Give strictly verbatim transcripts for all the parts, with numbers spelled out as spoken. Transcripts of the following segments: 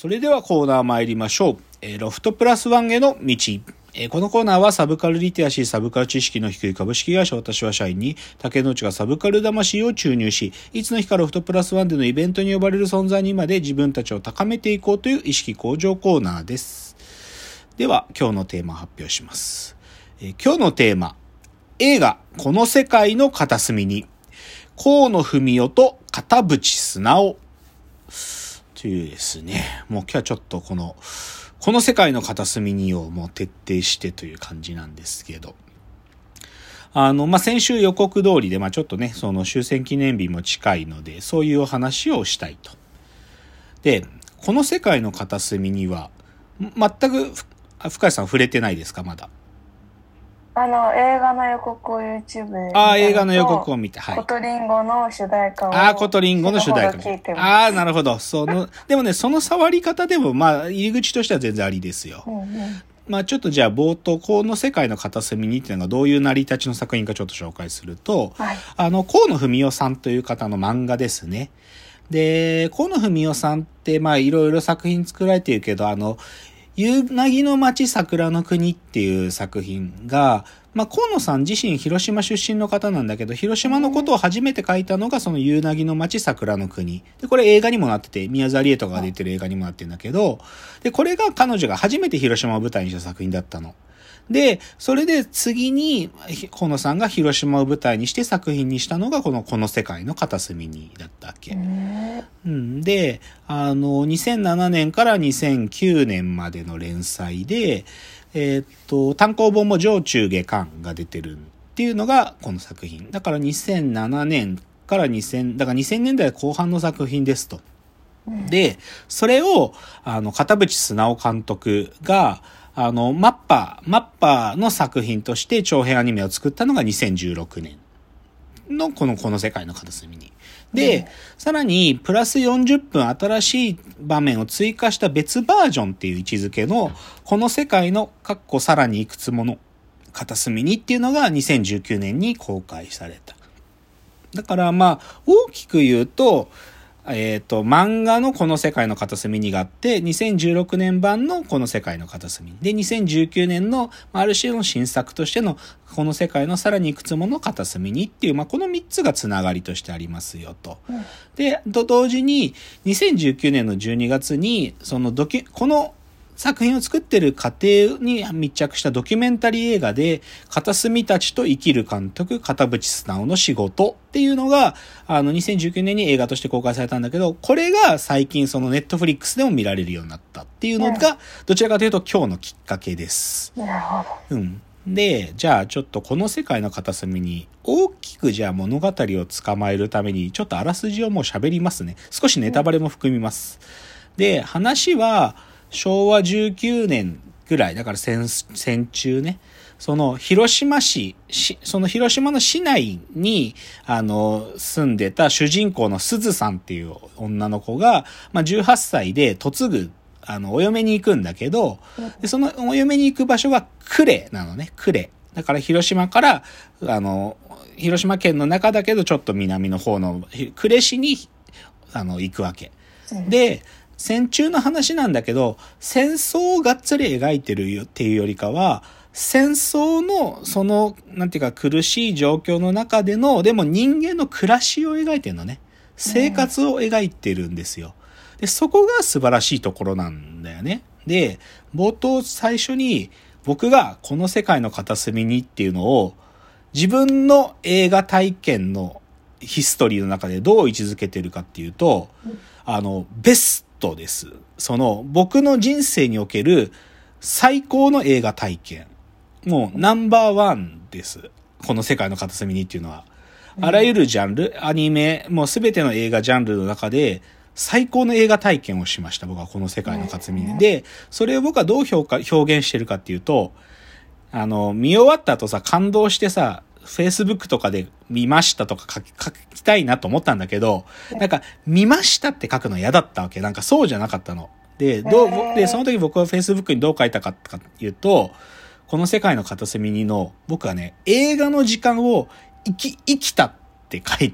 それではコーナー参りましょう。えー、ロフトプラスワンへの道。えー、このコーナーはサブカルリテラシー、サブカル知識の低い株式会社私は社員に竹之内がサブカル魂を注入し、いつの日かロフトプラスワンでのイベントに呼ばれる存在にまで自分たちを高めていこうという意識向上コーナーです。では今日のテーマを発表します。えー、今日のテーマ、映画この世界の片隅に河野文雄と片渕素直というですね、もう今日はちょっとこのこの世界の片隅にをもう徹底してという感じなんですけど、あのまあ先週予告通りで、まあちょっとねその終戦記念日も近いのでそういうお話をしたいと。でこの世界の片隅には全く深井さん触れてないですか？まだあの映画の予告を YouTube で見たのと、 ああ、映画の予告を見て、はい。 コトリンゴの主題歌を。 ああ、コトリンゴの主題歌。ああ、なるほど。その、でもね、その触り方でも、まあ、入り口としては全然ありですよ。 うんうん、 まあ、ちょっとじゃあ、冒頭、この世界の片隅にっていうのがどういう成り立ちの作品かちょっと紹介すると、 はい、 あの、河野文雄さんという方の漫画ですね。で、河野文雄さんって、まあ、いろいろ作品作られているけど、あの、夕凪の町桜の国っていう作品が、まあ、河野さん自身広島出身の方なんだけど、広島のことを初めて書いたのがその夕凪の町桜の国。で、これ映画にもなってて、宮沢りえとかが出てる映画にもなってるんだけど、で、これが彼女が初めて広島を舞台にした作品だったの。で、それで次に、河野さんが広島を舞台にして作品にしたのがこの、この世界の片隅にだったわけ。うん、で、あの、にせんななねんからにせんきゅうねんまでの連載で、えーっと、単行本も上中下巻が出てるっていうのがこの作品。だからにせんななねんからにせん、だからにせんねんだいこう半の作品ですと。で、それを、あの、片渕素直監督が、あの、マッパー、マッパーの作品として長編アニメを作ったのがにせんじゅうろくねんのこの、この世界の片隅に。で、うん、さらに、プラスよんじゅっぷん新しい場面を追加した別バージョンっていう位置づけの、この世界の、かっこさらにいくつもの片隅にっていうのがにせんじゅうきゅうねんに公開された。だからまあ、大きく言うと、えっと、漫画のこの世界の片隅にがあって、にせんじゅうろくねん版のこの世界の片隅。で、にせんじゅうきゅうねんの、ある種の新作としての、この世界のさらにいくつもの片隅にっていう、まあ、このみっつがつながりとしてありますよと。うん、で、と同時に、にせんじゅうきゅうねんのじゅうにがつに、そのドキュ、この、作品を作ってる過程に密着したドキュメンタリー映画で、片隅たちと生きる監督、片渕素直の仕事っていうのが、あの、にせんじゅうきゅうねんに映画として公開されたんだけど、これが最近そのネットフリックスでも見られるようになったっていうのが、どちらかというと今日のきっかけです。 なるほど。うん。で、じゃあちょっとこの世界の片隅に大きくじゃあ物語を捕まえるためにちょっとあらすじをもう喋りますね。少しネタバレも含みます。で、話は、しょうわじゅうきゅうねんぐらい、だから戦、戦中ね、その広島市、その広島の市内に、あの、住んでた主人公の鈴さんっていう女の子が、まあ、じゅうはっさいで嫁ぐ、あの、お嫁に行くんだけど、でそのお嫁に行く場所が呉なのね、呉。だから広島から、あの、広島県の中だけどちょっと南の方の呉市に、あの、行くわけ。で、戦中の話なんだけど、戦争をがっつり描いてるっていうよりかは、戦争のその、なんていうか苦しい状況の中での、でも人間の暮らしを描いてるのね。生活を描いてるんですよ。で、そこが素晴らしいところなんだよね。で、冒頭最初に僕がこの世界の片隅にっていうのを自分の映画体験のヒストリーの中でどう位置づけてるかっていうと、あの、ベストです。その僕の人生における最高の映画体験。もうナンバーワンです。この世界の片隅にっていうのは。あらゆるジャンル、アニメ、もうすべての映画ジャンルの中で最高の映画体験をしました。僕はこの世界の片隅に。で、それを僕はどう評価、表現してるかっていうと、あの、見終わった後さ、感動してさ、Facebook とかで見ましたとか書き、書きたいなと思ったんだけど、なんか見ましたって書くの嫌だったわけ。なんかそうじゃなかったの。で、どう、で、その時僕は Facebook にどう書いたかっていうと、この世界の片隅にの、僕はね、映画の時間を生き、生きたって書いた。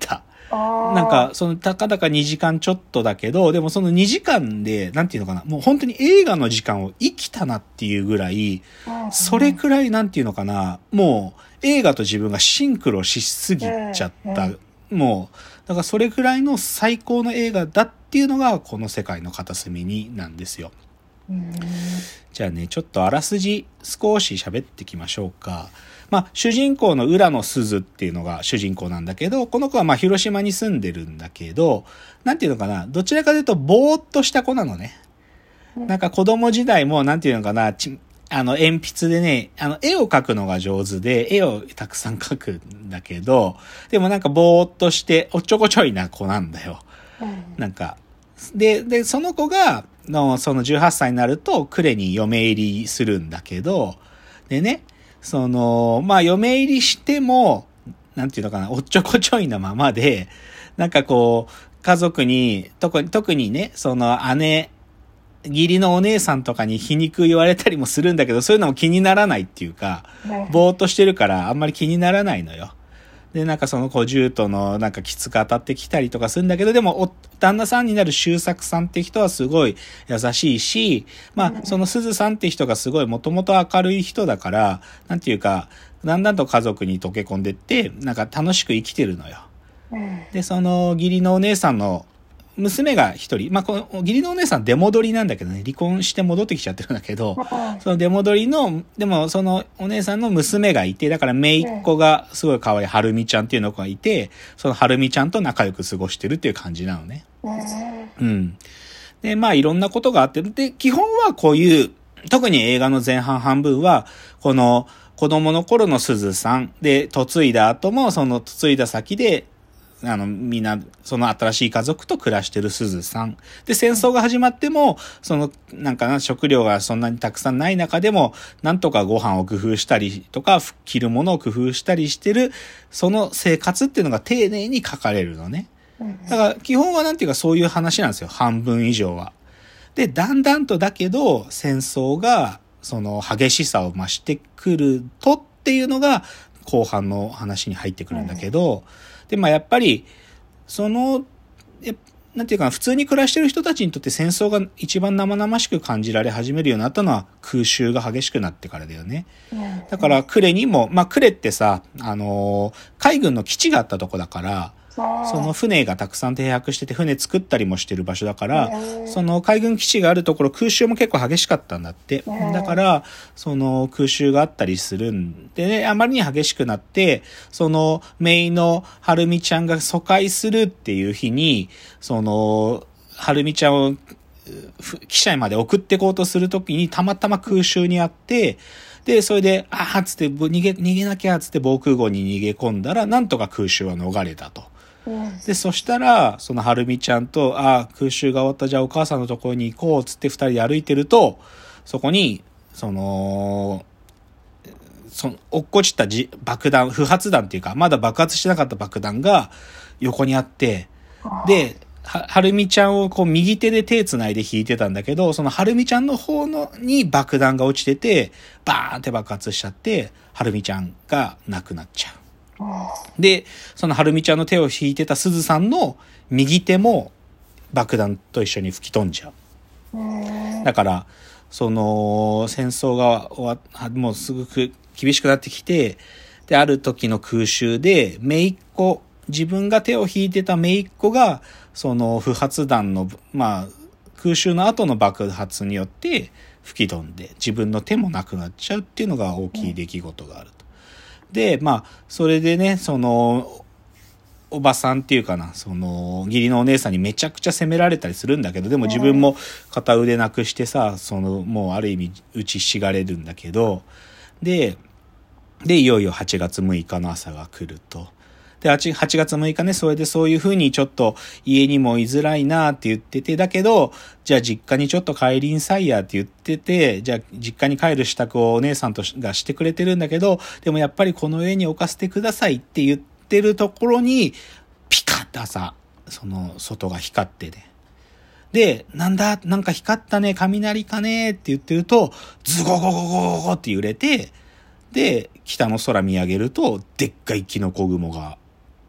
なんか、その、たかだかにじかんちょっとだけど、でもそのにじかんで、なんていうのかな、もう本当に映画の時間を生きたなっていうぐらい、それくらい、なんていうのかな、もう、映画と自分がシンクロしすぎちゃった。もう、だからそれくらいの最高の映画だっていうのが、この世界の片隅になんですよ。じゃあね、ちょっとあらすじ少し喋っていきましょうか。まあ、主人公の浦野すずっていうのが主人公なんだけど、この子はまあ広島に住んでるんだけど、なんていうのかな、どちらかというとぼーっとした子なのね。なんか子供時代もなんていうのかな、ちあの鉛筆でね、あの絵を描くのが上手で、絵をたくさん描くんだけど、でもなんかぼーっとしておっちょこちょいな子なんだよ。なんか、で、で、その子が、の、そのじゅうはっさいになると、呉に嫁入りするんだけど、でね、その、まあ、嫁入りしても、なんていうのかな、おっちょこちょいなままで、なんかこう、家族に、特に、特にね、その姉、義理のお姉さんとかに皮肉言われたりもするんだけど、そういうのも気にならないっていうか、ぼーっとしてるからあんまり気にならないのよ。で、なんかその子獣とのなんかきつく当たってきたりとかするんだけど、でもお旦那さんになる周作さんって人はすごい優しいし、まあその鈴さんって人がすごいもともと明るい人だから、なんていうか、だんだんと家族に溶け込んでって、なんか楽しく生きてるのよ。で、その義理のお姉さんの娘が一人、まあ、この義理のお姉さん出戻りなんだけどね、離婚して戻ってきちゃってるんだけど、その出戻りの、でもそのお姉さんの娘がいて、だから姪っ子がすごい可愛いはるみちゃんっていうのがいて、そのはるみちゃんと仲良く過ごしてるっていう感じなのね。うん。で、まあいろんなことがあって、で、基本はこういう、特に映画の前半半分は、この子供の頃の鈴さんで、嫁いだ後もその嫁いだ先で、あの、みんな、その新しい家族と暮らしてる鈴さん。で、戦争が始まっても、その、なんかな、食料がそんなにたくさんない中でも、なんとかご飯を工夫したりとか、着るものを工夫したりしてる、その生活っていうのが丁寧に書かれるのね。だから、基本はなんていうかそういう話なんですよ。半分以上は。で、だんだんとだけど、戦争が、その、激しさを増してくるとっていうのが、後半の話に入ってくるんだけど、で、まあやっぱり、その、なんていうかな、普通に暮らしてる人たちにとって戦争が一番生々しく感じられ始めるようになったのは空襲が激しくなってからだよね。だから呉にも、まあ呉ってさ、あのー、海軍の基地があったとこだから、その船がたくさん停泊してて船作ったりもしてる場所だから、その海軍基地があるところ空襲も結構激しかったんだって。だから、その空襲があったりするんでね、あまりに激しくなって、その姪のはるみちゃんが疎開するっていう日に、その、はるみちゃんを汽車まで送ってこうとするときにたまたま空襲にあって、で、それで、あーっつって逃げ、逃げなきゃっつって防空壕に逃げ込んだら、なんとか空襲は逃れたと。で、そしたら、そのはるみちゃんと、ああ、空襲が終わった、じゃあお母さんのところに行こう、つって二人で歩いてると、そこに、その、その、落っこちたじ爆弾、不発弾っていうか、まだ爆発してなかった爆弾が横にあって、で、は、はるみちゃんをこう右手で手繋いで引いてたんだけど、そのはるみちゃんの方のに爆弾が落ちてて、バーンって爆発しちゃって、はるみちゃんが亡くなっちゃう。で、そのはるみちゃんの手を引いてたすずさんの右手も爆弾と一緒に吹き飛んじゃう。だから、その戦争が終わもうすごく厳しくなってきて、で、ある時の空襲で、姪っ子、自分が手を引いてた姪っ子が、その不発弾の、まあ、空襲の後の爆発によって吹き飛んで、自分の手もなくなっちゃうっていうのが大きい出来事があると。で、まあ、それでね、その、おばさんっていうかな、その、義理のお姉さんにめちゃくちゃ責められたりするんだけど、でも自分も片腕なくしてさ、その、もうある意味打ちひしがれるんだけど、で、で、いよいよはちがつむいかの朝が来ると。で、はちがつむいかね、それでそういう風にちょっと家にも居づらいなって言ってて、だけど、じゃあ実家にちょっと帰りんさいやって言ってて、じゃあ実家に帰る支度をお姉さんとがしてくれてるんだけど、でもやっぱりこの家に置かせてくださいって言ってるところに、ピカッと朝、その外が光ってね。で、なんだ、なんか光ったね、雷かねって言ってると、ズゴゴゴゴゴゴって揺れて、で、北の空見上げると、でっかいキノコ雲が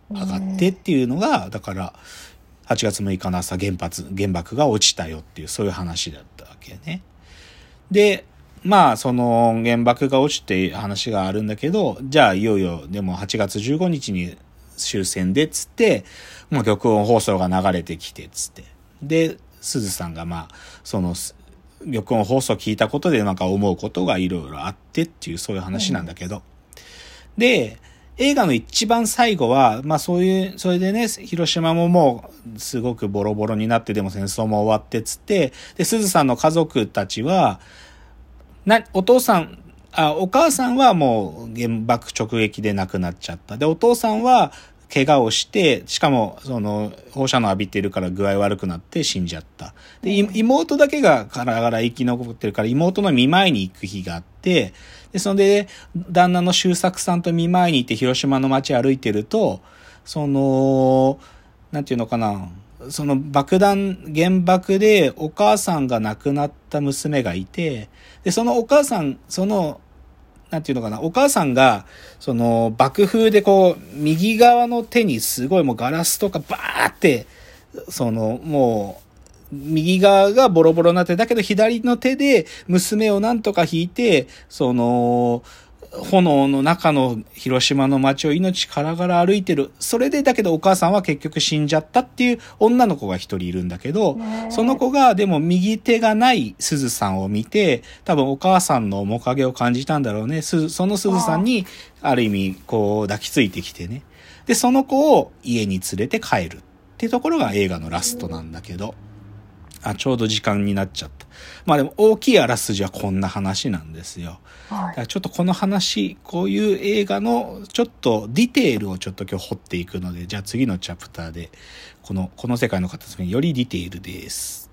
上がってっていうのが、だからはちがつむいかの朝原発、原爆が落ちたよっていう、そういう話だったわけね。で、まあその原爆が落ちて話があるんだけど、じゃあいよいよでもはちがつじゅうごにちに終戦でっつって、もう玉音放送が流れてきてっつって。で、すずさんがまあ、その、玉音放送聞いたことでなんか思うことがいろいろあってっていうそういう話なんだけど。うん、で、映画の一番最後は、まあそういう、それでね、広島ももうすごくボロボロになってでも戦争も終わってっつって、で、すずさんの家族たちは、な、お父さん、あ、お母さんはもう原爆直撃で亡くなっちゃった。で、お父さんは怪我をして、しかも、その、放射能浴びてるから具合悪くなって死んじゃった。で、妹だけがガラガラ生き残ってるから、妹の見舞いに行く日があって、で、それで、旦那の周作さんと見舞いに行って広島の街歩いてると、その、なんていうのかな、その爆弾、原爆でお母さんが亡くなった娘がいて、で、そのお母さん、その、なんていうのかな、お母さんが、その、爆風でこう、右側の手にすごいもうガラスとかバーって、その、もう、右側がボロボロになって、だけど左の手で娘をなんとか引いて、その、炎の中の広島の街を命からがら歩いてる。それでだけどお母さんは結局死んじゃったっていう女の子が一人いるんだけど、その子がでも右手がないすずさんを見て、多分お母さんの面影を感じたんだろうね。そのすずさんにある意味こう抱きついてきてね。で、その子を家に連れて帰るっていうところが映画のラストなんだけど、あ、ちょうど時間になっちゃった。まあでも大きいあらすじはこんな話なんですよ。だからちょっとこの話、こういう映画のちょっとディテールをちょっと今日掘っていくので、じゃあ次のチャプターで、この、この世界の片隅によりディテールです。